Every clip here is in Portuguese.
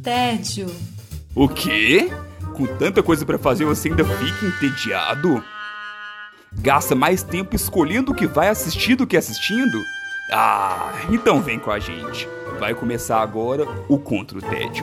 tédio. O quê? Com tanta coisa pra fazer você ainda fica entediado? Gasta mais tempo escolhendo o que vai assistir do que assistindo? Ah, então vem com a gente. Vai começar agora o Contra o Tédio.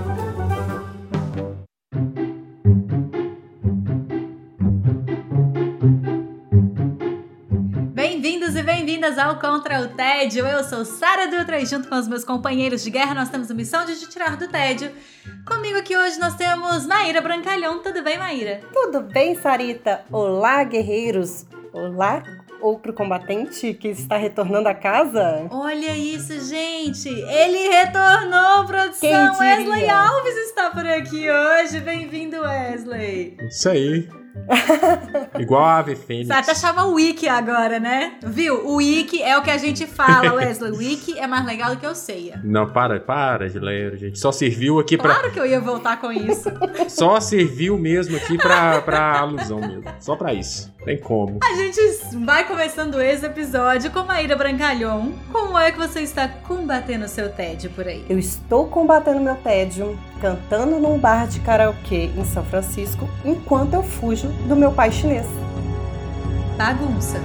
Bem-vindos e bem-vindas ao Contra o Tédio. Eu sou Sara Dutra e junto com os meus companheiros de guerra nós temos a missão de te tirar do tédio. Comigo aqui hoje nós temos Maíra Brancalhão. Tudo bem, Maíra? Tudo bem, Sarita? Olá, guerreiros. Olá, outro combatente que está retornando a casa. Olha isso, gente. Ele retornou, produção. Wesley Alves está por aqui hoje. Bem-vindo, Wesley. Isso aí. Igual a ave fênix. Você até chama o Wiki agora, né? Viu? O Wiki é o que a gente fala, Wesley. O Wiki é mais legal do que o Ceia. Não, para de ler, gente. Só serviu aqui pra... Claro que eu ia voltar com isso. Só serviu mesmo aqui pra alusão mesmo. Só pra isso. Tem como. A gente vai começando esse episódio com Maíra Brancalhão. Como é que você está combatendo o seu tédio por aí? Eu estou combatendo meu tédio cantando num bar de karaokê em São Francisco enquanto eu fujo do meu pai chinês. Bagunça.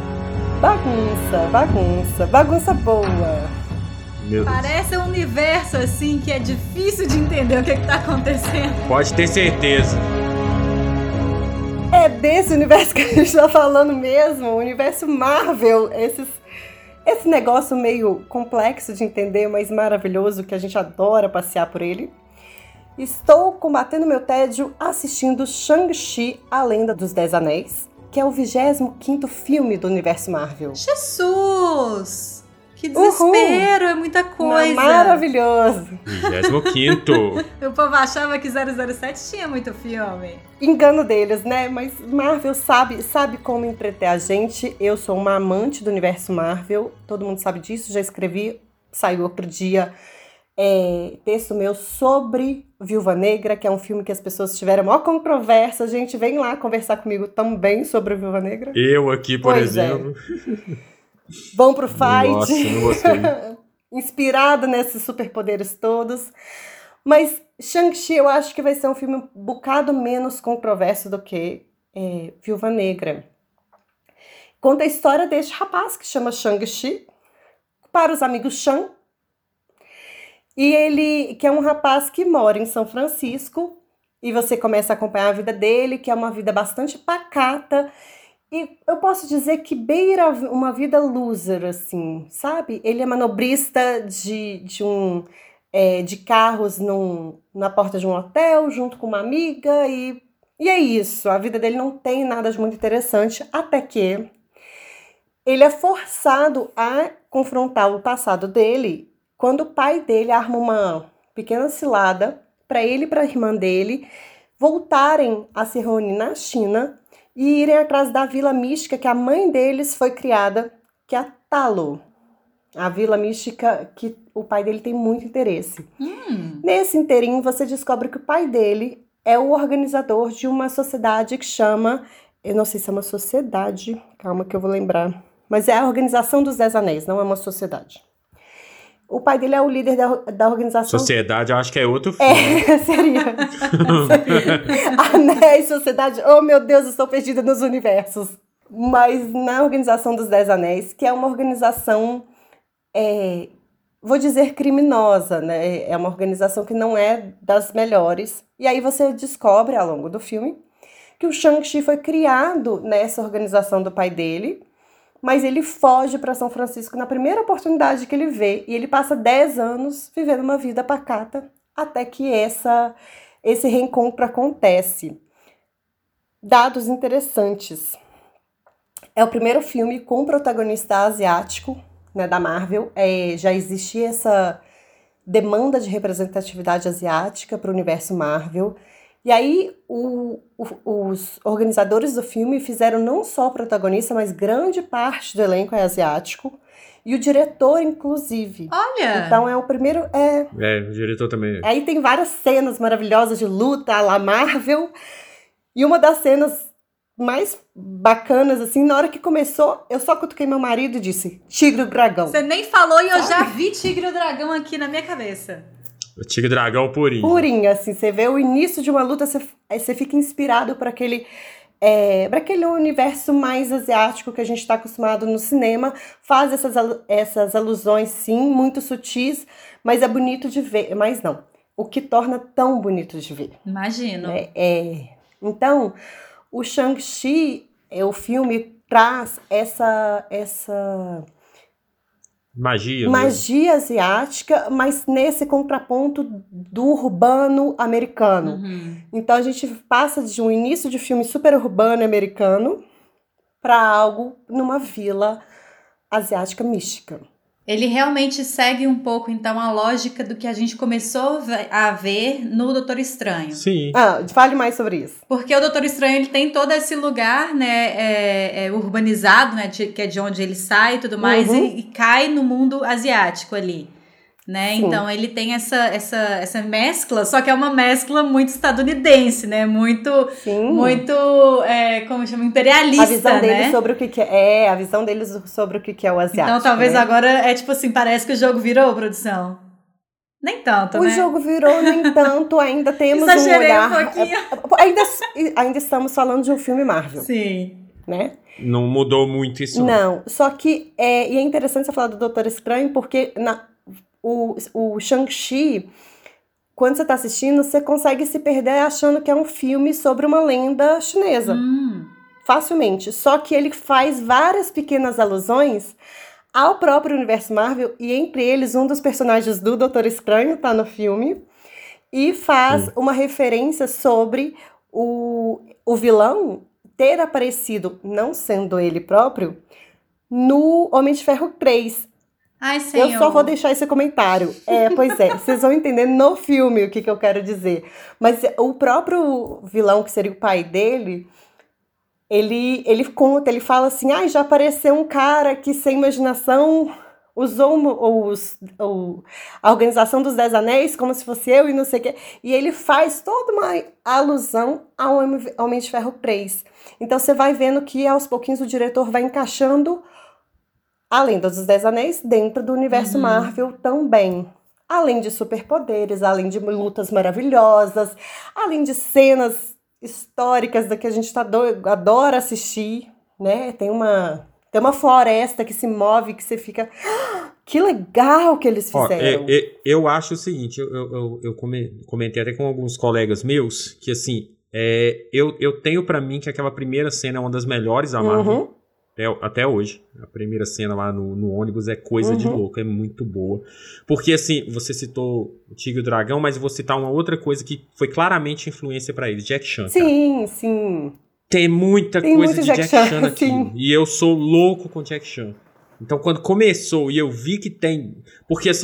Bagunça boa. Meu Deus. Parece um universo assim que é difícil de entender o que tá acontecendo. Pode ter certeza. É desse universo que a gente tá falando mesmo, o universo Marvel, esse negócio meio complexo de entender, mas maravilhoso, que a gente adora passear por ele. Estou combatendo meu tédio assistindo Shang-Chi, A Lenda dos 10 Anéis, que é o 25º filme do universo Marvel. Jesus! Que desespero, é muita coisa. Maravilhoso. 25º. O povo achava que 007 tinha muito filme. Engano deles, né? Mas Marvel sabe como entreter a gente. Eu sou uma amante do universo Marvel, todo mundo sabe disso, já escrevi, saiu outro dia, texto meu sobre Viúva Negra, que é um filme que as pessoas tiveram a maior controvérsia. Gente, vem lá conversar comigo também sobre Viúva Negra. Eu aqui, por exemplo. Vão pro fight. Nossa, não gostei. Inspirado nesses superpoderes todos. Mas Shang-Chi eu acho que vai ser um filme um bocado menos controverso do que Viúva Negra. Conta a história deste rapaz que chama Shang-Chi, para os amigos Shang. E ele, que é um rapaz que mora em São Francisco, e você começa a acompanhar a vida dele, que é uma vida bastante pacata. E eu posso dizer que beira uma vida loser, assim, sabe? Ele é manobrista de carros na porta de um hotel, junto com uma amiga, e é isso. A vida dele não tem nada de muito interessante, até que ele é forçado a confrontar o passado dele quando o pai dele arma uma pequena cilada para ele e para a irmã dele voltarem a se reunir na China e irem atrás da Vila Mística que a mãe deles foi criada, que é a Talo. A Vila Mística que o pai dele tem muito interesse. Nesse inteirinho, você descobre que o pai dele é o organizador de uma sociedade que chama... Eu não sei se é uma sociedade, calma que eu vou lembrar. Mas é a Organização dos 10 Anéis, não é uma sociedade. O pai dele é o líder da organização... Sociedade, eu acho que é outro filme. Seria. Anéis, sociedade... Oh, meu Deus, eu estou perdida nos universos. Mas na Organização dos 10 Anéis, que é uma organização, vou dizer, criminosa, né? É uma organização que não é das melhores. E aí você descobre, ao longo do filme, que o Shang-Chi foi criado nessa organização do pai dele, mas ele foge para São Francisco na primeira oportunidade que ele vê. E ele passa 10 anos vivendo uma vida pacata até que esse reencontro acontece. Dados interessantes. É o primeiro filme com protagonista asiático, né, da Marvel. Já existia essa demanda de representatividade asiática para o universo Marvel. E aí, os organizadores do filme fizeram não só o protagonista, mas grande parte do elenco é asiático. E o diretor, inclusive. Olha! Então, é o primeiro... O diretor também. Aí tem várias cenas maravilhosas de luta à la Marvel. E uma das cenas mais bacanas, assim, na hora que começou, eu só cutuquei meu marido e disse, Tigre e o Dragão. Você nem falou e eu já vi Tigre e o Dragão aqui na minha cabeça. O Tigre e Dragão purinho. Purinho, assim. Você vê o início de uma luta, você fica inspirado para aquele universo mais asiático que a gente está acostumado no cinema. Faz essas alusões, sim, muito sutis, mas é bonito de ver. Mas não. O que torna tão bonito de ver. Imagino. Então, o Shang-Chi, o filme traz essa magia asiática, mas nesse contraponto do urbano americano. Então a gente passa de um início de filme super urbano americano para algo numa vila asiática mística. Ele realmente segue um pouco, então, a lógica do que a gente começou a ver no Doutor Estranho. Sim. Fale mais sobre isso. Porque o Doutor Estranho, ele tem todo esse lugar, né, urbanizado, né, que é de onde ele sai e tudo mais, e cai no mundo asiático ali, né? Sim. Então, ele tem essa mescla, só que é uma mescla muito estadunidense, né? Muito, como chama? Imperialista, a visão dele né? sobre o que é, a visão deles sobre o que é o asiático. Então, talvez né? agora tipo assim, parece que o jogo virou, produção. Nem tanto, né? O jogo virou, nem tanto, ainda temos Exagerei um olhar... um pouquinho. Ainda estamos falando de um filme Marvel. Sim. Né? Não mudou muito isso. Não, só que e é interessante você falar do Doutor Estranho, porque o Shang-Chi, quando você está assistindo, você consegue se perder achando que é um filme sobre uma lenda chinesa. Facilmente. Só que ele faz várias pequenas alusões ao próprio universo Marvel, e entre eles, um dos personagens do Doutor Estranho tá no filme, e faz uma referência sobre o vilão ter aparecido, não sendo ele próprio, no Homem de Ferro 3. Ai, senhor. Eu só vou deixar esse comentário. Pois é, vocês vão entender no filme o que eu quero dizer. Mas o próprio vilão, que seria o pai dele, ele conta, ele fala assim, já apareceu um cara que sem imaginação usou a Organização dos 10 Anéis como se fosse eu e não sei o quê. E ele faz toda uma alusão ao Homem de Ferro 3. Então você vai vendo que aos pouquinhos o diretor vai encaixando a Lenda dos 10 Anéis dentro do universo Marvel também. Além de superpoderes, além de lutas maravilhosas, além de cenas históricas da que a gente adora assistir, né? Tem uma floresta que se move, que você fica... Que legal que eles fizeram. Eu acho o seguinte, eu comentei até com alguns colegas meus, que assim, eu tenho pra mim que aquela primeira cena é uma das melhores da Marvel. Até hoje. A primeira cena lá no ônibus é coisa de louco, é muito boa. Porque, assim, você citou o Tigre e o Dragão, mas eu vou citar uma outra coisa que foi claramente influência pra eles, Jack Chan. Sim, sim. Tem muita coisa de Jack Chan aqui. Sim. E eu sou louco com Jack Chan. Então, quando começou e eu vi que tem... Porque, assim,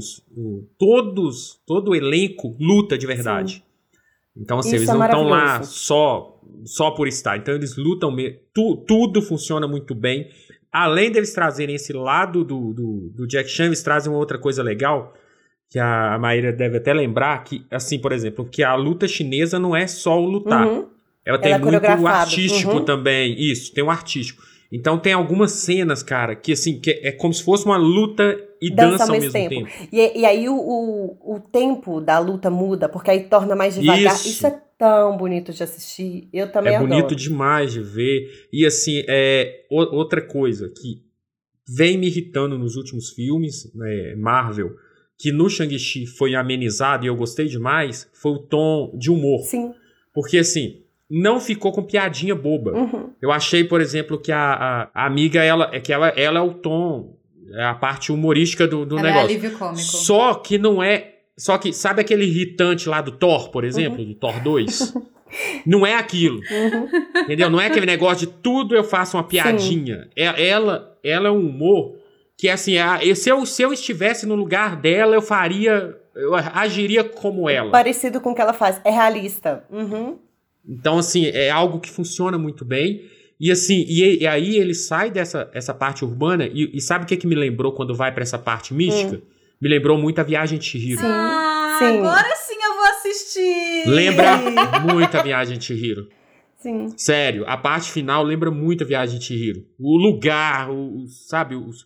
todo o elenco luta de verdade. Sim. Então, assim, eles não estão lá só por estar. Então, eles lutam mesmo. Tudo funciona muito bem. Além deles trazerem esse lado do Jack Chan, eles trazem uma outra coisa legal, que a Maíra deve até lembrar, que, assim, por exemplo, que a luta chinesa não é só o lutar. Ela tem muito artístico também. Isso, tem um artístico. Então, tem algumas cenas, cara, que, assim, que é como se fosse uma luta e dança ao mesmo tempo. E aí o tempo da luta muda, porque aí torna mais devagar. Isso é tão bonito de assistir. Eu também adoro. É bonito demais de ver. E assim, outra coisa que vem me irritando nos últimos filmes, Marvel, que no Shang-Chi foi amenizado e eu gostei demais, foi o tom de humor. Sim. Porque assim, não ficou com piadinha boba. Eu achei, por exemplo, que a amiga, ela é o tom, é a parte humorística do negócio. É alívio cômico. Só que não é... Só que, sabe aquele irritante lá do Thor, por exemplo? Do Thor 2? Não é aquilo. Entendeu? Não é aquele negócio de tudo eu faço uma piadinha. Ela é um humor que, assim, se eu estivesse no lugar dela, eu agiria como ela. Parecido com o que ela faz. É realista. Então, assim, é algo que funciona muito bem. E assim, e aí ele sai dessa parte urbana e sabe o que me lembrou quando vai pra essa parte mística? Me lembrou muito a Viagem de Chihiro. Sim. Agora sim eu vou assistir. Lembra muito a Viagem de Chihiro. Sim. Sério, a parte final lembra muito a Viagem de Chihiro. O lugar, sabe,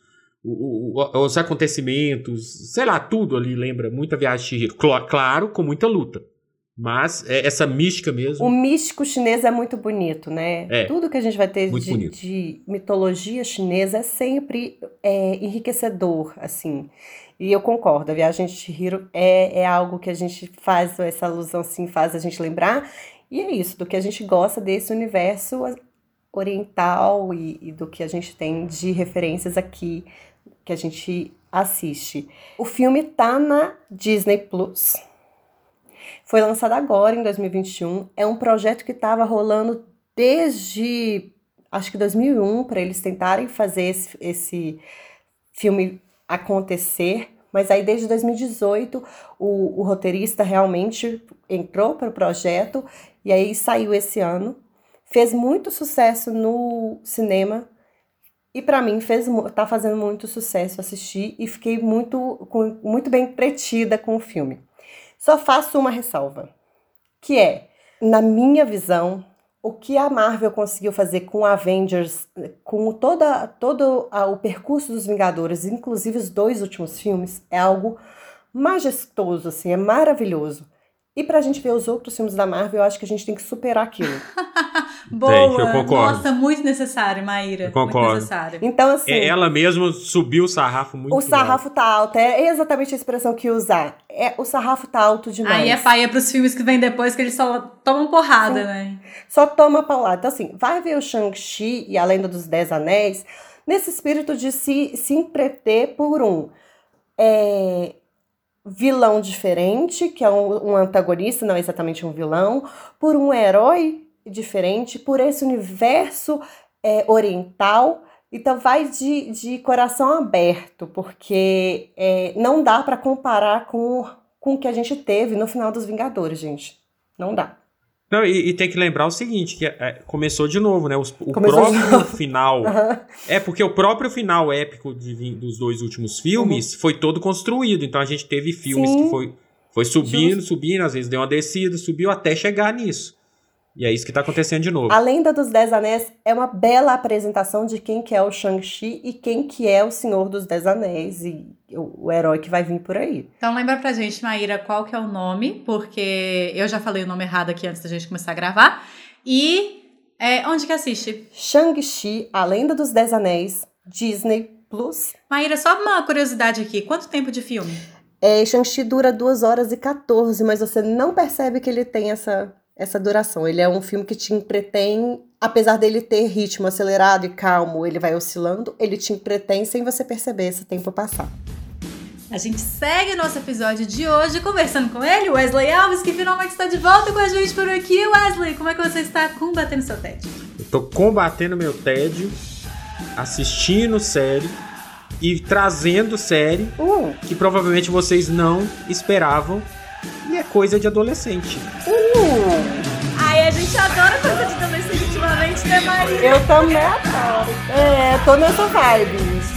os acontecimentos, sei lá, tudo ali lembra muito a Viagem de Chihiro. Claro, com muita luta. Mas essa mística mesmo. O místico chinês é muito bonito, né? Tudo que a gente vai ter de mitologia chinesa é sempre enriquecedor, assim. E eu concordo, a Viagem de Chihiro é algo que a gente faz, essa alusão assim, faz a gente lembrar. E é isso, do que a gente gosta desse universo oriental e do que a gente tem de referências aqui, que a gente assiste. O filme tá na Disney Plus. Foi lançado agora, em 2021. É um projeto que estava rolando desde, acho que 2001, para eles tentarem fazer esse filme acontecer. Mas aí, desde 2018, o roteirista realmente entrou para o projeto. E aí, saiu esse ano. Fez muito sucesso no cinema. E para mim, tá fazendo muito sucesso assistir. E fiquei muito bem entretida com o filme. Só faço uma ressalva, que é, na minha visão, o que a Marvel conseguiu fazer com Avengers, com todo o percurso dos Vingadores, inclusive os 2 últimos filmes, é algo majestoso, assim, é maravilhoso. E pra gente ver os outros filmes da Marvel, eu acho que a gente tem que superar aquilo. Boa! Eu concordo. Nossa, muito necessário, Maíra. Eu concordo. Muito necessário. Então, assim... Ela mesma subiu o sarrafo muito alto. O sarrafo tá alto. É exatamente a expressão que usar. O sarrafo tá alto demais. Aí é paia pros filmes que vêm depois, que eles só tomam porrada, Sim. né? Só toma paulada. Então, assim, vai ver o Shang-Chi e a Lenda dos 10 Anéis nesse espírito de se entreter por um... vilão diferente, que é um antagonista, não é exatamente um vilão, por um herói diferente, por esse universo oriental. Então vai de coração aberto, porque não dá para comparar com o que a gente teve no final dos Vingadores, gente. Não dá. Não, e tem que lembrar o seguinte, que começou de novo, né? O próprio final... Uhum. Porque o próprio final épico dos 2 últimos filmes foi todo construído. Então a gente teve filmes que foi subindo, às vezes deu uma descida, subiu até chegar nisso. E é isso que tá acontecendo de novo. A Lenda dos 10 Anéis é uma bela apresentação de quem que é o Shang-Chi e quem que é o Senhor dos 10 Anéis e o herói que vai vir por aí. Então lembra pra gente, Maíra, qual que é o nome, porque eu já falei o nome errado aqui antes da gente começar a gravar. E onde que assiste? Shang-Chi, A Lenda dos 10 Anéis, Disney Plus. Maíra, só uma curiosidade aqui, quanto tempo de filme? Shang-Chi dura 2 horas e 14, mas você não percebe que ele tem essa duração. Ele é um filme que te entretém, apesar dele ter ritmo acelerado e calmo, ele vai oscilando, ele te entretém sem você perceber esse tempo passar. A gente segue nosso episódio de hoje conversando com ele, Wesley Alves, que finalmente está de volta com a gente por aqui. Wesley, como é que você está combatendo seu tédio? Eu tô combatendo meu tédio, assistindo série e trazendo série que provavelmente vocês não esperavam. E é coisa de adolescente. Ai, a gente adora coisa de adolescente ultimamente, né, Maria? Eu também adoro. Tô nessa vibe.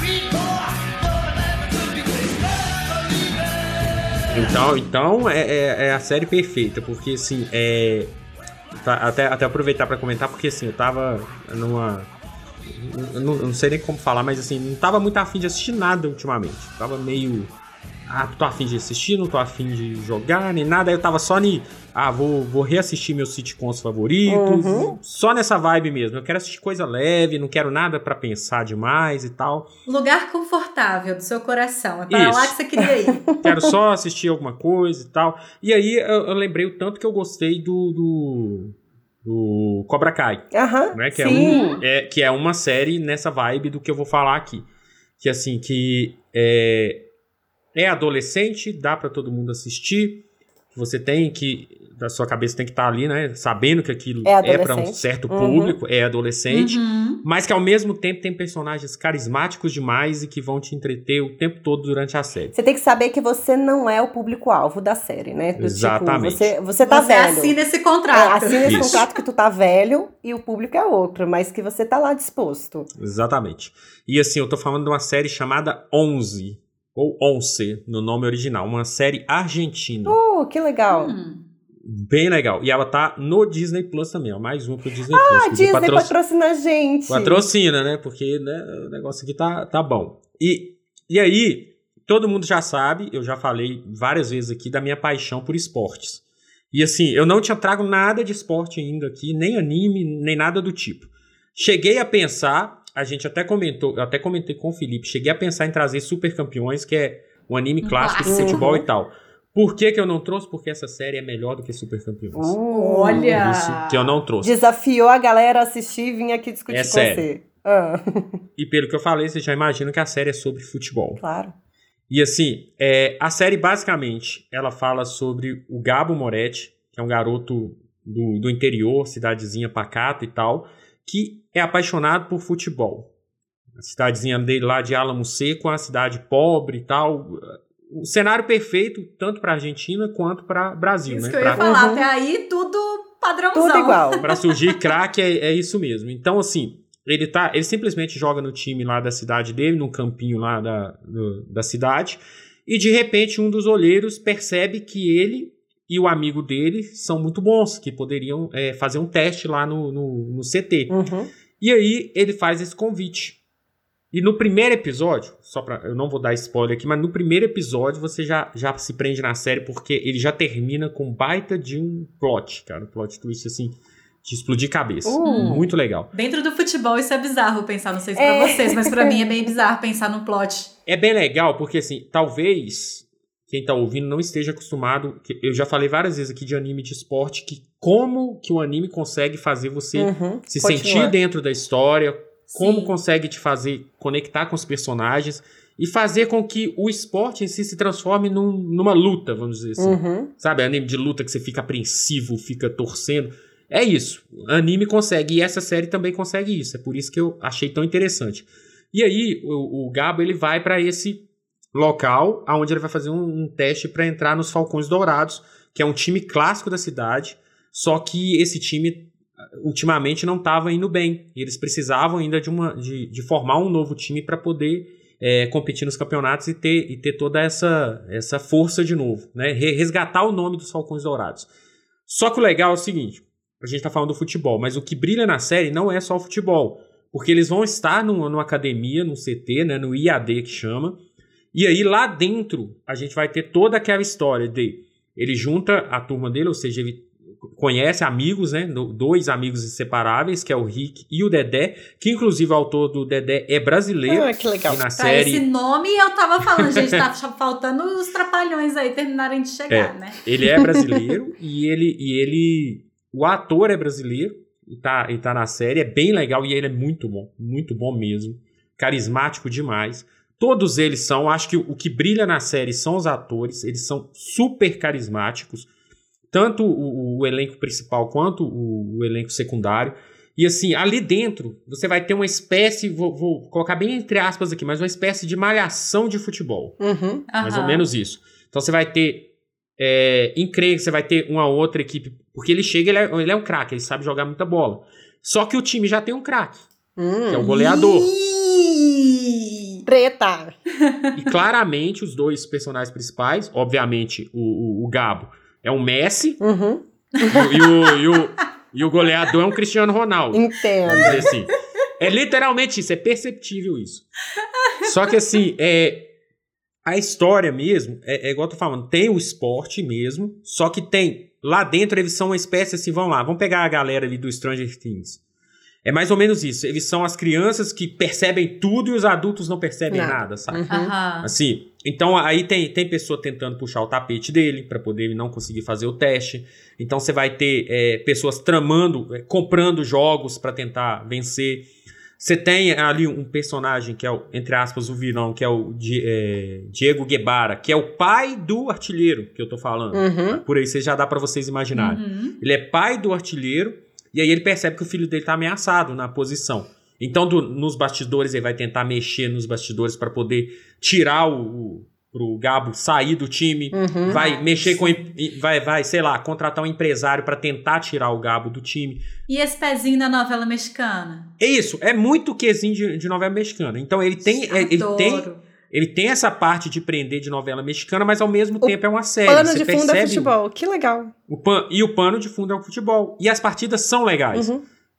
Então é a série perfeita, porque assim, até aproveitar pra comentar, porque assim, eu tava numa... Eu não sei nem como falar, mas assim, não tava muito afim de assistir nada ultimamente. Tava meio... tô afim de assistir, não tô afim de jogar, nem nada. Aí eu tava só vou reassistir meus sitcoms favoritos. Só nessa vibe mesmo. Eu quero assistir coisa leve, não quero nada pra pensar demais e tal. Lugar confortável do seu coração. É pra lá que você queria ir. Quero só assistir alguma coisa e tal. E aí eu lembrei o tanto que eu gostei do Cobra Kai. Né? Que é uma série nessa vibe do que eu vou falar aqui. Que assim, é adolescente, dá pra todo mundo assistir. Você tem que... Da sua cabeça tem que estar ali, né? Sabendo que aquilo é pra um certo público. É adolescente. Mas que ao mesmo tempo tem personagens carismáticos demais e que vão te entreter o tempo todo durante a série. Você tem que saber que você não é o público-alvo da série, né? Exatamente. Tipo, você tá velho. Você assina esse contrato. Assina esse contrato que tu tá velho e o público é outro. Mas que você tá lá disposto. Exatamente. E assim, eu tô falando de uma série chamada 11... Ou Once, no nome original. Uma série argentina. Que legal. Bem legal. E ela tá no Disney Plus também. Ó, mais um pro Disney Plus. Ah, Disney patrocina a gente. Patrocina, né? Porque, né, o negócio aqui tá bom. E E aí, todo mundo já sabe, eu já falei várias vezes aqui da minha paixão por esportes. E assim, eu não tinha trago nada de esporte ainda aqui, nem anime, nem nada do tipo. Cheguei a pensar, a gente até comentou, eu até comentei com o Felipe, cheguei a pensar em trazer Super Campeões, que é um anime clássico de futebol e tal. Por que eu não trouxe? Porque essa série é melhor do que Super Campeões. Olha! Isso que eu não trouxe. Desafiou a galera a assistir e vim aqui discutir com você. E pelo que eu falei, você já imagina que a série é sobre futebol. Claro. E assim, a série basicamente, ela fala sobre o Gabo Moretti, que é um garoto do interior, cidadezinha pacata e tal, que é apaixonado por futebol. A cidadezinha dele lá de Alamo Seco, uma cidade pobre e tal. O cenário perfeito, tanto para Argentina quanto para Brasil. Isso né? que eu ia falar, até aí tudo padrãozão. Tudo igual. Para surgir craque é isso mesmo. Então assim, ele simplesmente joga no time lá da cidade dele, num campinho lá da cidade, e de repente um dos olheiros percebe que ele e o amigo dele são muito bons, que poderiam fazer um teste lá no CT. E aí ele faz esse convite. E no primeiro episódio, eu não vou dar spoiler aqui, mas no primeiro episódio você já se prende na série, porque ele já termina com baita de um plot, cara. Um plot twist, assim, de explodir cabeça. Muito legal. Dentro do futebol isso é bizarro pensar, não sei se pra vocês, mas pra mim é bem bizarro pensar num plot. É bem legal, porque assim, talvez quem tá ouvindo não esteja acostumado, eu já falei várias vezes aqui de anime de esporte, que como que o anime consegue fazer você se sentir dentro da história, como consegue te fazer conectar com os personagens e fazer com que o esporte em si se transforme numa luta, vamos dizer assim. Sabe, anime de luta que você fica apreensivo, fica torcendo. É isso. O anime consegue, e essa série também consegue isso. É por isso que eu achei tão interessante. E aí, o Gabo, ele vai para esse local, onde ele vai fazer um teste para entrar nos Falcões Dourados, que é um time clássico da cidade, só que esse time ultimamente não estava indo bem. E eles precisavam ainda de formar um novo time para poder competir nos campeonatos e ter toda essa força de novo, né? Resgatar o nome dos Falcões Dourados. Só que o legal é o seguinte, a gente está falando do futebol, mas o que brilha na série não é só o futebol, porque eles vão estar numa academia, num CT, né, no IAD que chama, e aí lá dentro a gente vai ter toda aquela história de ele junta a turma dele, ou seja, ele conhece amigos, né, dois amigos inseparáveis, que é o Rick e o Dedé, que inclusive o autor do Dedé é brasileiro. Que legal. E na série... Esse nome eu tava falando, gente, tá faltando os trapalhões aí terminarem de chegar, né? Ele é brasileiro e ele o ator é brasileiro e tá na série, é bem legal e ele é muito bom mesmo, carismático demais. Todos eles são, acho que o que brilha na série são os atores, eles são super carismáticos, tanto o elenco principal quanto o elenco secundário. E assim, ali dentro, você vai ter uma espécie, vou colocar bem entre aspas aqui, mas uma espécie de malhação de futebol. Mais ou menos isso. Então você vai ter encrenca, você vai ter uma outra equipe, porque ele chega, ele é um craque, ele sabe jogar muita bola. Só que o time já tem um craque, que é o goleador. Treta! E claramente os dois personagens principais, obviamente o Gabo é um Messi, e o goleador é um Cristiano Ronaldo. Entendo. Assim, é literalmente isso, é perceptível isso. Só que assim, a história mesmo, é igual eu tô falando, tem o esporte mesmo, só que tem, lá dentro eles são uma espécie assim, vamos pegar a galera ali do Stranger Things. É mais ou menos isso, eles são as crianças que percebem tudo e os adultos não percebem nada, sabe? Assim, então aí tem pessoa tentando puxar o tapete dele pra poder ele não conseguir fazer o teste. Então você vai ter pessoas tramando, comprando jogos pra tentar vencer. Você tem ali um personagem que é, entre aspas, o vilão, que é o Diego Guevara, que é o pai do artilheiro que eu tô falando. Por aí já dá pra vocês imaginarem. Ele é pai do artilheiro. E aí ele percebe que o filho dele está ameaçado na posição. Então, nos bastidores, ele vai tentar mexer nos bastidores para poder tirar pro Gabo sair do time. Vai mexer vai, sei lá, contratar um empresário para tentar tirar o Gabo do time. E esse pezinho da novela mexicana? É isso, é muito quesinho de novela mexicana. Então, ele tem essa parte de prender de novela mexicana, mas ao mesmo tempo é uma série. O pano de fundo é futebol, que legal. E o pano de fundo é o futebol. E as partidas são legais.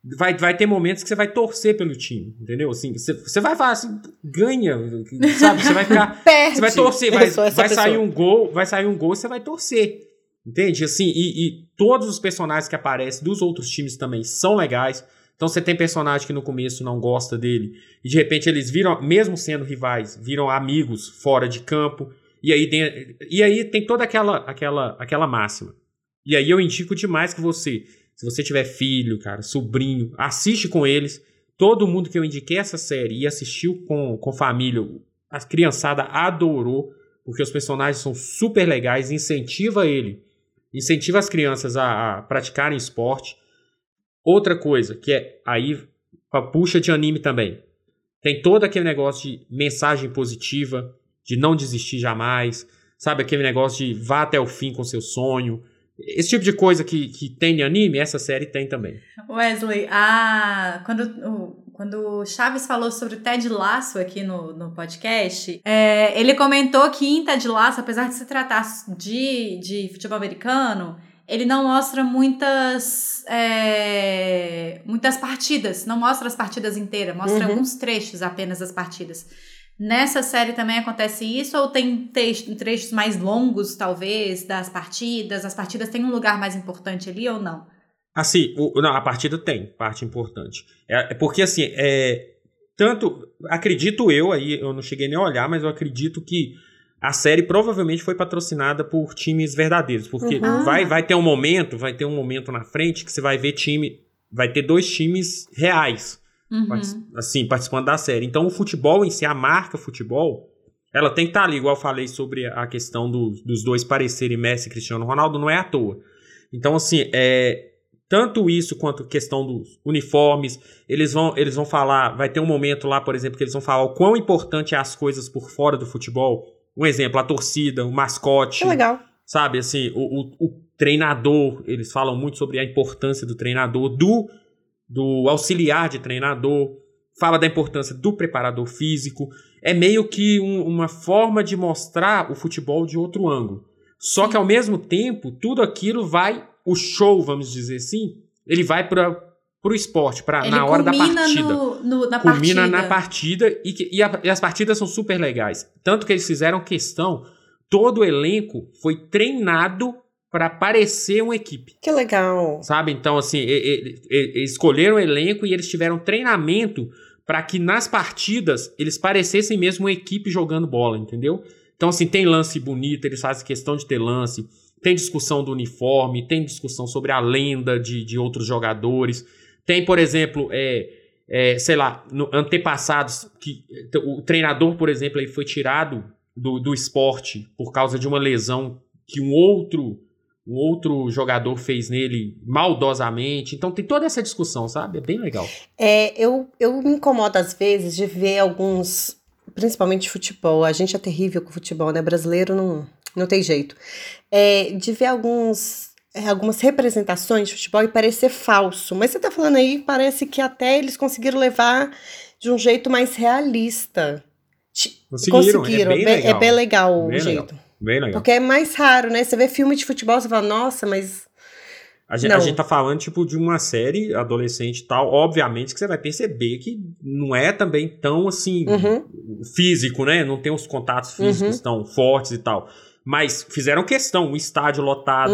vai ter momentos que você vai torcer pelo time, entendeu? Assim, você vai falar assim, ganha, sabe? Você vai ficar... Você vai torcer, vai sair um gol, você vai torcer, entende? Assim, e todos os personagens que aparecem dos outros times também são legais. Então você tem personagem que no começo não gosta dele, e de repente eles viram, mesmo sendo rivais, viram amigos fora de campo, e aí tem toda aquela máxima. E aí eu indico demais que se você tiver filho, cara, sobrinho, assiste com eles. Todo mundo que eu indiquei essa série e assistiu com família, a criançada adorou, porque os personagens são super legais, incentiva as crianças a praticarem esporte. Outra coisa, que é aí puxa de anime também. Tem todo aquele negócio de mensagem positiva, de não desistir jamais, sabe? Aquele negócio de vá até o fim com seu sonho. Esse tipo de coisa que tem de anime, essa série tem também. Wesley, quando o Chaves falou sobre o Ted Lasso aqui no podcast, ele comentou que em Ted Lasso, apesar de se tratar de futebol americano, ele não mostra muitas partidas, não mostra as partidas inteiras, mostra alguns trechos apenas das partidas. Nessa série também acontece isso, ou tem trechos mais longos, talvez, das partidas? As partidas têm um lugar mais importante ali ou não? Assim, não, a partida tem parte importante. Porque, assim, tanto, acredito eu não cheguei nem a olhar, mas eu acredito que a série provavelmente foi patrocinada por times verdadeiros, porque vai ter um momento na frente que você vai ver vai ter 2 times reais. Assim, participando da série. Então o futebol em si, a marca futebol, ela tem que estar ali, igual eu falei sobre a questão dos 2 parecerem Messi e Cristiano Ronaldo, não é à toa. Então assim, tanto isso quanto a questão dos uniformes, eles vão falar, vai ter um momento lá, por exemplo, que eles vão falar o quão importante é as coisas por fora do futebol. Um exemplo, a torcida, o mascote. Que legal. Sabe, assim, o treinador, eles falam muito sobre a importância do treinador, do auxiliar de treinador, fala da importância do preparador físico. É meio que uma forma de mostrar o futebol de outro ângulo. Só que ao mesmo tempo, tudo aquilo o show, vamos dizer assim, ele vai para o esporte, na hora da partida. Culmina na partida e as partidas são super legais. Tanto que eles fizeram questão, todo o elenco foi treinado para parecer uma equipe. Que legal. Sabe? Então, assim, eles escolheram o elenco e eles tiveram treinamento para que nas partidas eles parecessem mesmo uma equipe jogando bola, entendeu? Então, assim, tem lance bonito, eles fazem questão de ter lance, tem discussão do uniforme, tem discussão sobre a lenda de outros jogadores. Tem, por exemplo, sei lá, antepassados, que o treinador, por exemplo, ele foi tirado do esporte por causa de uma lesão que um outro jogador fez nele maldosamente. Então tem toda essa discussão, sabe? É bem legal. Eu me incomodo às vezes de ver alguns, principalmente futebol. A gente é terrível com futebol, né? Brasileiro não tem jeito. De ver algumas representações de futebol e parecer falso. Mas você tá falando aí, parece que até eles conseguiram levar de um jeito mais realista. Conseguiram. É bem legal o jeito. Bem legal. Porque é mais raro, né? Você vê filme de futebol, você fala, nossa, mas... A gente tá falando, tipo, de uma série adolescente e tal. Obviamente que você vai perceber que não é também tão, assim, físico, né? Não tem os contatos físicos tão fortes e tal. Mas fizeram questão, o estádio lotado,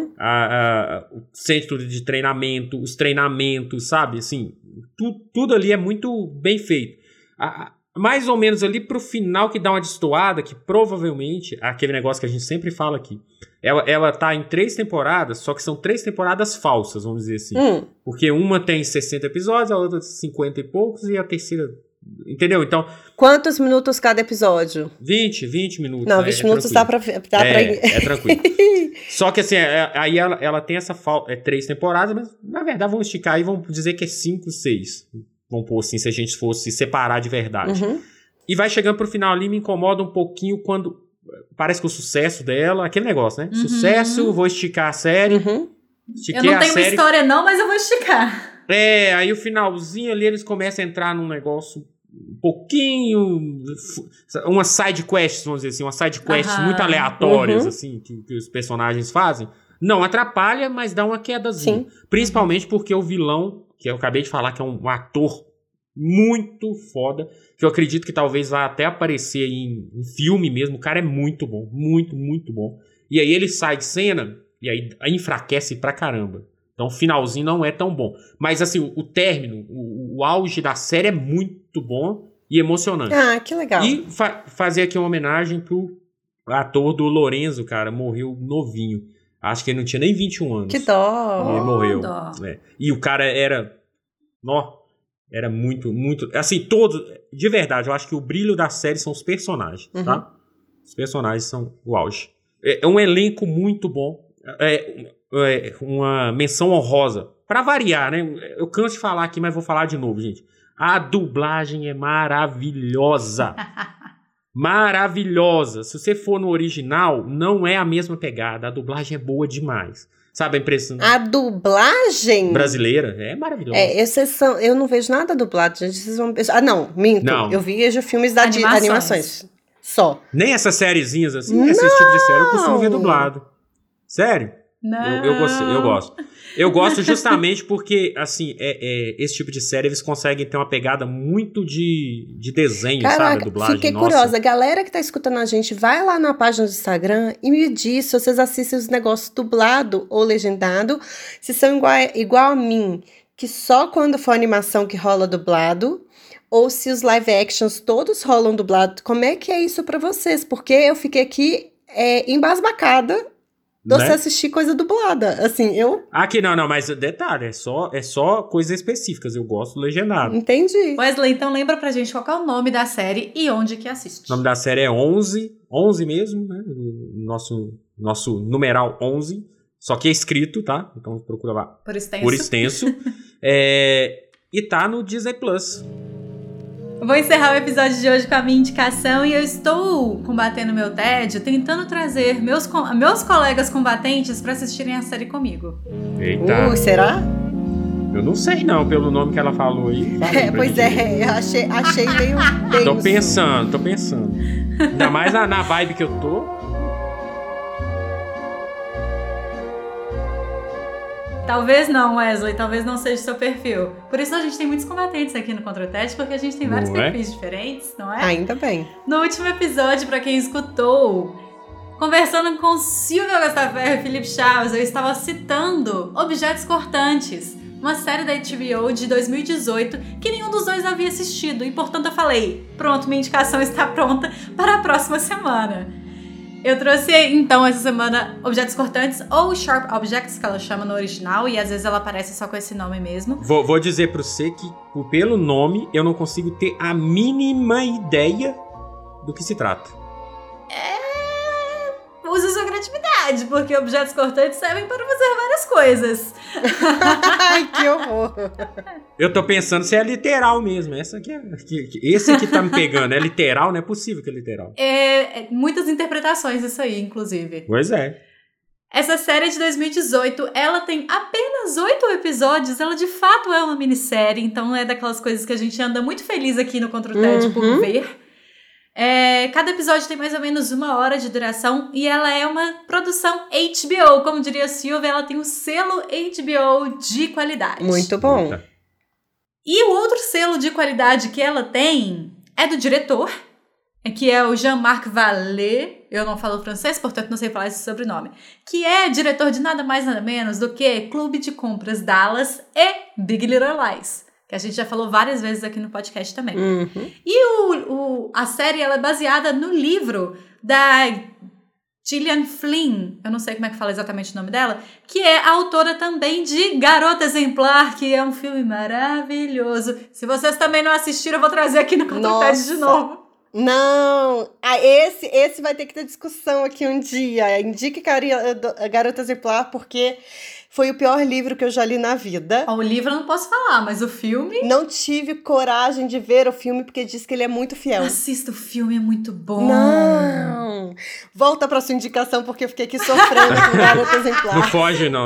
o centro de treinamento, os treinamentos, sabe? Assim, tudo ali é muito bem feito. Mais ou menos ali pro final que dá uma destoada, que provavelmente, aquele negócio que a gente sempre fala aqui, ela tá em 3 temporadas, só que são 3 temporadas falsas, vamos dizer assim. Porque uma tem 60 episódios, a outra 50 e poucos, e a terceira... Entendeu? Então... Quantos minutos cada episódio? 20 minutos. Não, 20 minutos dá pra... É tranquilo. Só que assim, aí ela tem essa falta... 3 temporadas, mas na verdade vamos esticar e vamos dizer que é 5, 6. Vamos pôr assim, se a gente fosse separar de verdade. E vai chegando pro final ali, me incomoda um pouquinho quando... Parece que o sucesso dela... Aquele negócio, né? Sucesso, vou esticar a série. Eu não tenho uma história não, mas eu vou esticar. Aí o finalzinho ali, eles começam a entrar num negócio um pouquinho... Umas side quests, vamos dizer assim. Umas side quests muito aleatórias, assim, que os personagens fazem. Não atrapalha, mas dá uma quedazinha. Sim. Principalmente porque o vilão... que eu acabei de falar que é um ator muito foda, que eu acredito que talvez vá até aparecer em filme mesmo. O cara é muito bom, muito, muito bom. E aí ele sai de cena e aí enfraquece pra caramba. Então o finalzinho não é tão bom. Mas assim, o término, o auge da série é muito bom e emocionante. Ah, que legal. E fazer aqui uma homenagem pro ator do Lorenzo, cara, morreu novinho. Acho que ele não tinha nem 21 anos. Que dó. Ele morreu. Dó. E o cara era muito, muito... Assim, todos... De verdade, eu acho que o brilho da série são os personagens, tá? Os personagens são o auge. É um elenco muito bom. Uma menção honrosa. Pra variar, né? Eu canso de falar aqui, mas vou falar de novo, gente. A dublagem é maravilhosa. Maravilhosa. Se você for no original, não é a mesma pegada. A dublagem é boa demais. Sabe a impressão? A dublagem brasileira é maravilhosa. Exceção. Eu não vejo nada dublado, gente. Vocês vão... não, minto. Não. Eu vejo filmes da animações. Só. Nem essas sériezinhas assim, esse tipo de série eu costumo ver dublado. Sério? Não. Eu gosto. Eu gosto justamente porque, assim, esse tipo de série eles conseguem ter uma pegada muito de desenho, Caraca, sabe? A dublagem. Fiquei curiosa. Galera que tá escutando a gente, vai lá na página do Instagram e me diz se vocês assistem os negócios dublado ou legendado, se são igual a mim, que só quando for animação que rola dublado, ou se os live actions todos rolam dublado. Como é que é isso pra vocês? Porque eu fiquei aqui embasbacada de você assistir coisa dublada. Assim, eu... Aqui não, mas detalhe, é só coisas específicas. Eu gosto do legendado. Entendi. Wesley, então lembra pra gente qual é o nome da série e onde que assiste. O nome da série é 11 mesmo, né? Nosso numeral 11. Só que é escrito, tá? Então procura lá. Por extenso. Por extenso. E tá no Disney Plus. Vou encerrar o episódio de hoje com a minha indicação e eu estou combatendo meu tédio, tentando trazer meus colegas combatentes para assistirem a série comigo. Eita. Será? Eu não sei não, pelo nome que ela falou aí. Pois eu achei meio denso. Tô pensando. Ainda mais na vibe que eu tô. Talvez não, Wesley, talvez não seja o seu perfil. Por isso a gente tem muitos combatentes aqui no Contra o TED, porque a gente tem vários perfis diferentes, não é? Ainda bem. No último episódio, pra quem escutou, conversando com Silvio Gastaferro e Felipe Chaves, eu estava citando Objetos Cortantes, uma série da HBO de 2018 que nenhum dos dois havia assistido. E, portanto, eu falei, pronto, minha indicação está pronta para a próxima semana. Eu trouxe, então, essa semana Objetos Cortantes, ou Sharp Objects, que ela chama no original, e às vezes ela aparece só com esse nome mesmo. Vou dizer pra você que, pelo nome, eu não consigo ter a mínima ideia do que se trata. Use sua criatividade, porque objetos cortantes servem para fazer várias coisas. Ai, que horror. Eu tô pensando se é literal mesmo. Esse aqui tá me pegando. É literal? Não é possível que é literal. Muitas interpretações isso aí, inclusive. Pois é. Essa série de 2018, ela tem apenas 8 episódios. Ela, de fato, é uma minissérie. Então, é daquelas coisas que a gente anda muito feliz aqui no Contra o TED por ver. Cada episódio tem mais ou menos 1 hora de duração e ela é uma produção HBO, como diria a Silvia, ela tem o selo HBO de qualidade. Muito bom. E o outro selo de qualidade que ela tem é do diretor, que é o Jean-Marc Vallée, eu não falo francês, portanto não sei falar esse sobrenome, que é diretor de nada mais nada menos do que Clube de Compras Dallas e Big Little Lies, que a gente já falou várias vezes aqui no podcast também. E a série ela é baseada no livro da Gillian Flynn, eu não sei como é que fala exatamente o nome dela, que é a autora também de Garota Exemplar, que é um filme maravilhoso. Se vocês também não assistiram, eu vou trazer aqui no Contra o TED de novo. Não, esse vai ter que ter discussão aqui um dia. Indique a Garota Exemplar, porque foi o pior livro que eu já li na vida. O livro eu não posso falar, mas o filme... Não tive coragem de ver o filme, porque diz que ele é muito fiel. Assista o filme, é muito bom. Não! Volta pra sua indicação, porque eu fiquei aqui sofrendo com Garota Exemplar. Não foge não.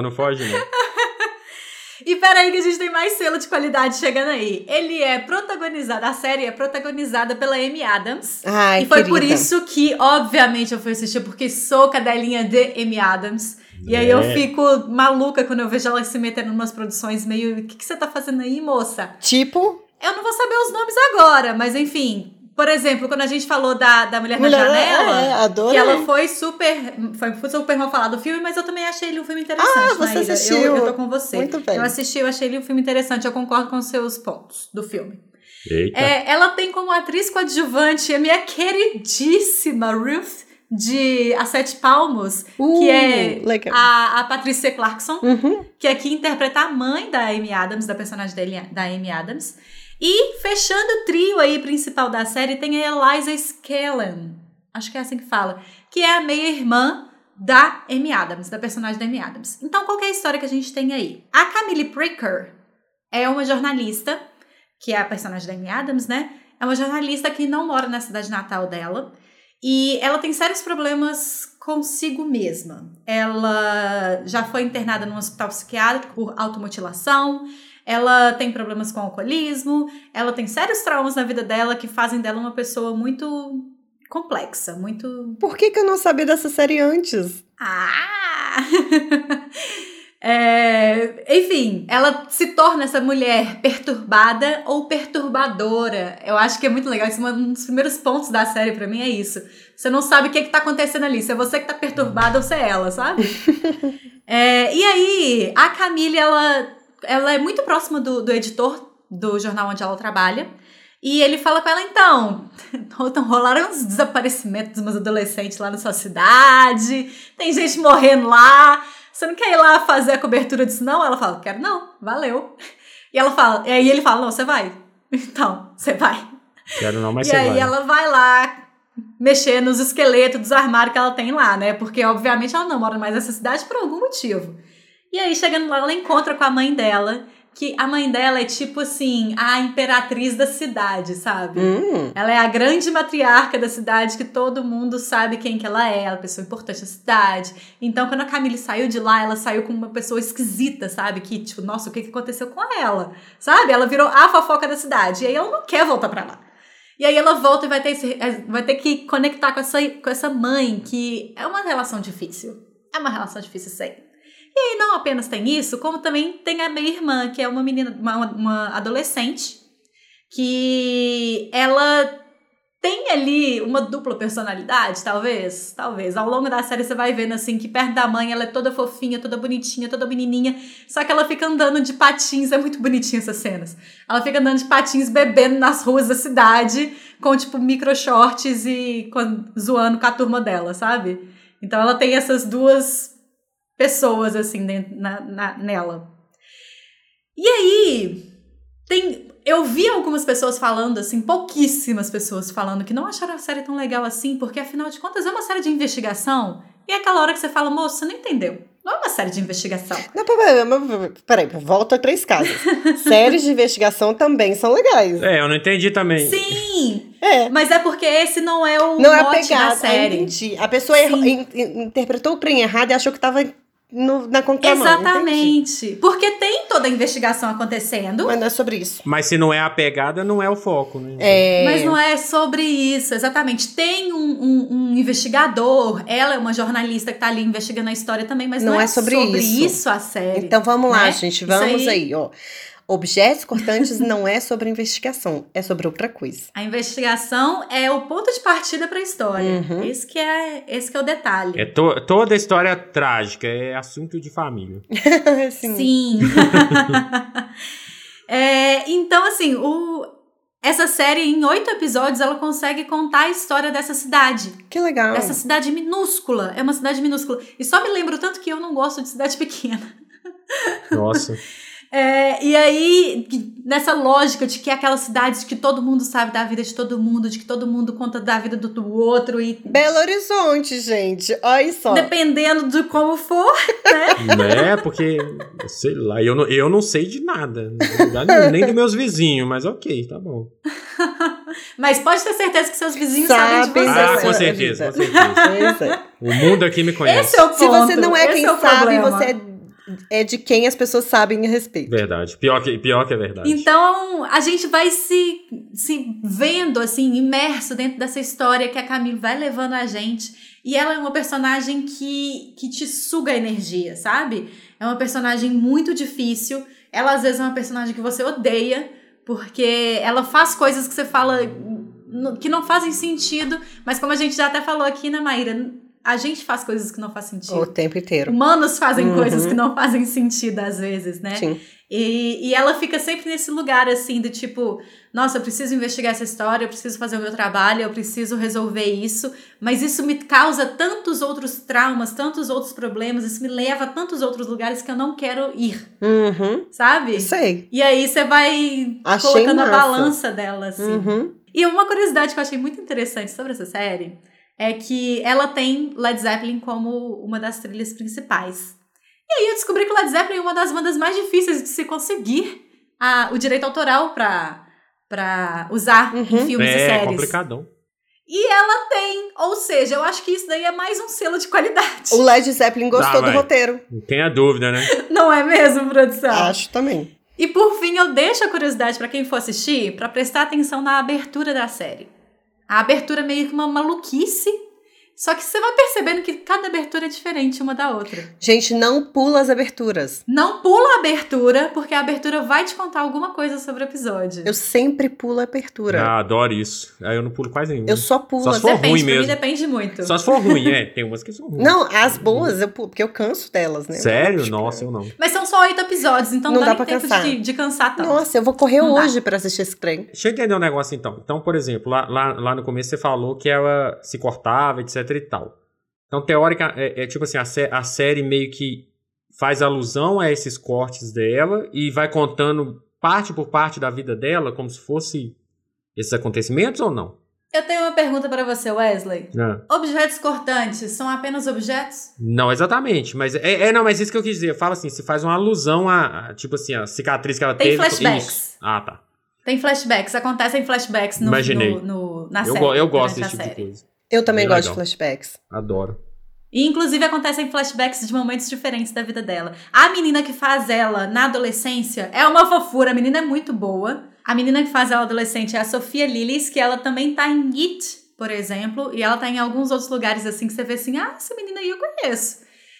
E peraí que a gente tem mais selo de qualidade chegando aí. A série é protagonizada pela Amy Adams. Ai, e foi querida. por isso que, obviamente, eu fui assistir, porque sou cadelinha de Amy Adams. E aí eu fico maluca quando eu vejo ela se metendo em umas produções meio... O que você tá fazendo aí, moça? Tipo? Eu não vou saber os nomes agora, mas enfim... Por exemplo, quando a gente falou da Mulher na Janela, que ela foi super mal falada do filme, mas eu também achei ele um filme interessante, você Maíra. assistiu. Eu tô com você. Muito bem. Eu achei ele um filme interessante, eu concordo com os seus pontos do filme. Eita. Ela tem como atriz coadjuvante a minha queridíssima Ruth de A Sete Palmos, que é a Patricia Clarkson, que aqui interpreta a mãe da Amy Adams, da personagem da Amy Adams. E fechando o trio aí principal da série tem a Eliza Scanlen, acho que é assim que fala, que é a meia-irmã da Amy Adams, da personagem da Amy Adams. Então qual que é a história que a gente tem aí? A Camille Pricker é uma jornalista, que é a personagem da Amy Adams, né? É uma jornalista que não mora na cidade natal dela e ela tem sérios problemas consigo mesma. Ela já foi internada num hospital psiquiátrico por automutilação. Ela tem problemas com alcoolismo, ela tem sérios traumas na vida dela que fazem dela uma pessoa muito complexa, muito... Por que eu não sabia dessa série antes? Enfim, ela se torna essa mulher perturbada ou perturbadora. Eu acho que é muito legal, isso é um dos primeiros pontos da série pra mim, é isso. Você não sabe o que tá acontecendo ali, se é você que tá perturbada ou se é ela, sabe? E aí, a Camille, ela é muito próxima do editor do jornal onde ela trabalha. E ele fala com ela, então rolaram uns desaparecimentos de umas adolescentes lá na sua cidade. Tem gente morrendo lá. Você não quer ir lá fazer a cobertura disso, não? Ela fala, quero não, valeu. E aí ele fala, não, você vai. Então, você vai. Quero não, mas você vai. E aí ela vai lá mexer nos esqueletos dos armários que ela tem lá, né? Porque, obviamente, ela não mora mais nessa cidade por algum motivo. E aí, chegando lá, ela encontra com a mãe dela, que a mãe dela é tipo assim, a imperatriz da cidade, sabe? Ela é a grande matriarca da cidade, que todo mundo sabe quem que ela é a pessoa importante da cidade. Então, quando a Camille saiu de lá, ela saiu como uma pessoa esquisita, sabe? Que, tipo, nossa, o que aconteceu com ela? Sabe? Ela virou a fofoca da cidade. E aí, ela não quer voltar pra lá. E aí, ela volta e vai ter que conectar com essa mãe, que é uma relação difícil. É uma relação difícil, sei. E aí não apenas tem isso, como também tem a minha irmã, que é uma menina, uma adolescente, que ela tem ali uma dupla personalidade, talvez. Ao longo da série você vai vendo assim, que perto da mãe ela é toda fofinha, toda bonitinha, toda menininha, só que ela fica andando de patins, é muito bonitinha essas cenas. Ela fica andando de patins, bebendo nas ruas da cidade, com tipo micro shorts e zoando com a turma dela, sabe? Então ela tem essas duas pessoas, assim, nela. E aí, eu vi algumas pessoas falando, assim, pouquíssimas pessoas falando que não acharam a série tão legal assim, porque, afinal de contas, é uma série de investigação, e é aquela hora que você fala, moço, você não entendeu. Não é uma série de investigação. Não, peraí, volta a 3 casas. Séries de investigação também são legais. Eu não entendi também. Sim! Mas é porque esse não é o não mote é a pegada, da série. Entendi. A pessoa interpretou o trem errado e achou que tava na contramão. Exatamente. Entendi. Porque tem toda a investigação acontecendo. Mas não é sobre isso. Mas se não é a pegada, não é o foco, né? Mas não é sobre isso, exatamente. Tem um investigador, ela é uma jornalista que tá ali investigando a história também, mas não é sobre isso a série. Então vamos lá, gente. Vamos aí, ó. Objetos cortantes não é sobre investigação, é sobre outra coisa. A investigação é o ponto de partida para a história. Esse que é o detalhe. Toda história trágica, é assunto de família. Sim. Então, assim, essa série, em 8 episódios, ela consegue contar a história dessa cidade. Que legal. Dessa cidade minúscula. É uma cidade minúscula. E só me lembro tanto que eu não gosto de cidade pequena. Nossa. E aí, nessa lógica de que é aquela cidade que todo mundo sabe da vida de todo mundo, de que todo mundo conta da vida do outro e... Belo Horizonte, gente, olha só. Dependendo de como for, né? Porque, sei lá, eu não sei de nada, nem dos meus vizinhos, mas ok, tá bom. Mas pode ter certeza que seus vizinhos sabem de você. Com certeza. O mundo aqui me conhece. Esse é o ponto. Se você não é quem sabe, problema. você é de quem as pessoas sabem a respeito. Verdade. Pior que é verdade. Então, a gente vai se vendo, assim, imerso dentro dessa história que a Camille vai levando a gente. E ela é uma personagem que te suga energia, sabe? É uma personagem muito difícil. Ela, às vezes, é uma personagem que você odeia, porque ela faz coisas que você fala que não fazem sentido, mas como a gente já até falou aqui, né, Maíra? A gente faz coisas que não fazem sentido. O tempo inteiro. Humanos fazem coisas que não fazem sentido, às vezes, né? Sim. E ela fica sempre nesse lugar, assim, do tipo... Nossa, eu preciso investigar essa história, eu preciso fazer o meu trabalho, eu preciso resolver isso. Mas isso me causa tantos outros traumas, tantos outros problemas. Isso me leva a tantos outros lugares que eu não quero ir. Sabe? Sei. E aí você vai colocando a balança dela, assim. E uma curiosidade que eu achei muito interessante sobre essa série... é que ela tem Led Zeppelin como uma das trilhas principais. E aí eu descobri que o Led Zeppelin é uma das bandas mais difíceis de se conseguir o direito autoral pra usar em filmes e séries. É complicadão. E ela tem, ou seja, eu acho que isso daí é mais um selo de qualidade. O Led Zeppelin gostou do roteiro. Não tenha dúvida, né? Não é mesmo, produção? Acho também. E por fim, eu deixo a curiosidade pra quem for assistir, pra prestar atenção na abertura da série. A abertura é meio que uma maluquice, só que você vai percebendo que cada abertura é diferente uma da outra. Gente, não pula as aberturas. Não pula a abertura, porque a abertura vai te contar alguma coisa sobre o episódio. Eu sempre pulo a abertura. Ah, adoro isso. Aí eu não pulo quase nenhuma. Eu só pulo. Só se for ruim mesmo. Pra mim depende muito. Só se for ruim, tem umas que são ruins. Não, as boas eu pulo, porque eu canso delas, né? Sério? Tipo, Nossa, eu não. Mas são só 8 episódios, então não dá nem tempo de cansar tanto. Nossa, eu vou correr hoje pra assistir esse trem. Deixa eu entender um negócio então. Então, por exemplo, lá no começo você falou que ela se cortava, etc e tal. Então, teórica, tipo assim, a série meio que faz alusão a esses cortes dela e vai contando parte por parte da vida dela, como se fosse esses acontecimentos ou não? Eu tenho uma pergunta pra você, Wesley. Ah. Objetos cortantes são apenas objetos? Não, exatamente. Mas mas isso que eu quis dizer. Fala assim, se faz uma alusão a tipo assim, a cicatriz que ela teve. Tem flashbacks. Isso. Ah, tá. Tem flashbacks. Acontecem flashbacks na série. Eu gosto desse tipo de coisa. Eu também gosto de flashbacks. Adoro. E, inclusive, acontecem flashbacks de momentos diferentes da vida dela. A menina que faz ela na adolescência é uma fofura. A menina é muito boa. A menina que faz ela adolescente é a Sofia Lillis, que ela também tá em It, por exemplo. E ela tá em alguns outros lugares, assim, que você vê assim, essa menina aí eu conheço.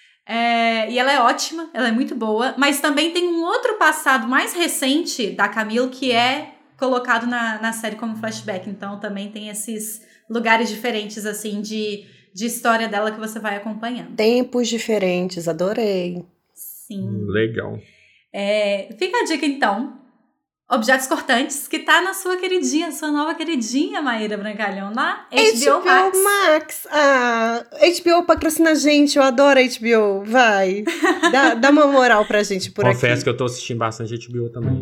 E ela é ótima, ela é muito boa. Mas também tem um outro passado mais recente da Camille, que é colocado na série como flashback. Então, também tem esses lugares diferentes, assim, de história dela que você vai acompanhando. Tempos diferentes, adorei. Sim. Legal. Fica a dica, então. Objetos cortantes, que tá na sua queridinha, sua nova queridinha, Maíra Brancalhão, na HBO Max. HBO patrocina a gente, eu adoro a HBO, vai. Dá uma moral pra gente por aqui. Confesso que eu tô assistindo bastante HBO também.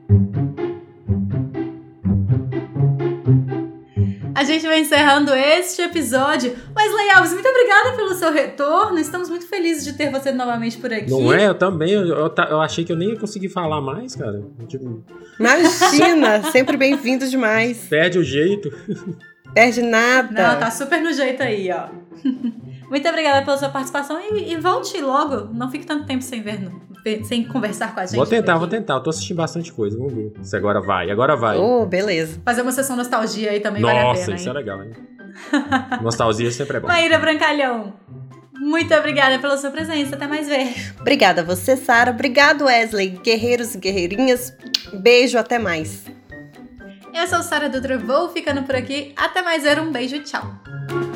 A gente vai encerrando este episódio. Wesley Alves, muito obrigada pelo seu retorno. Estamos muito felizes de ter você novamente por aqui. Não é? Eu também. Eu achei que eu nem ia conseguir falar mais, cara. Imagina, sempre bem-vindo demais. Perde o jeito. Perde nada. Não, tá super no jeito aí, ó. Muito obrigada pela sua participação e volte logo. Não fique tanto tempo sem conversar com a gente. Vou tentar. Eu tô assistindo bastante coisa. Vamos ver se agora vai. Oh, beleza. Fazer uma sessão nostalgia aí também vale a pena. Nossa, isso é legal, hein? Nostalgia sempre é bom. Maíra Brancalhão, muito obrigada pela sua presença. Até mais ver. Obrigada a você, Sara. Obrigado, Wesley. Guerreiros e guerreirinhas. Beijo, até mais. Eu sou Sara Dutra, vou ficando por aqui. Até mais ver, um beijo e tchau.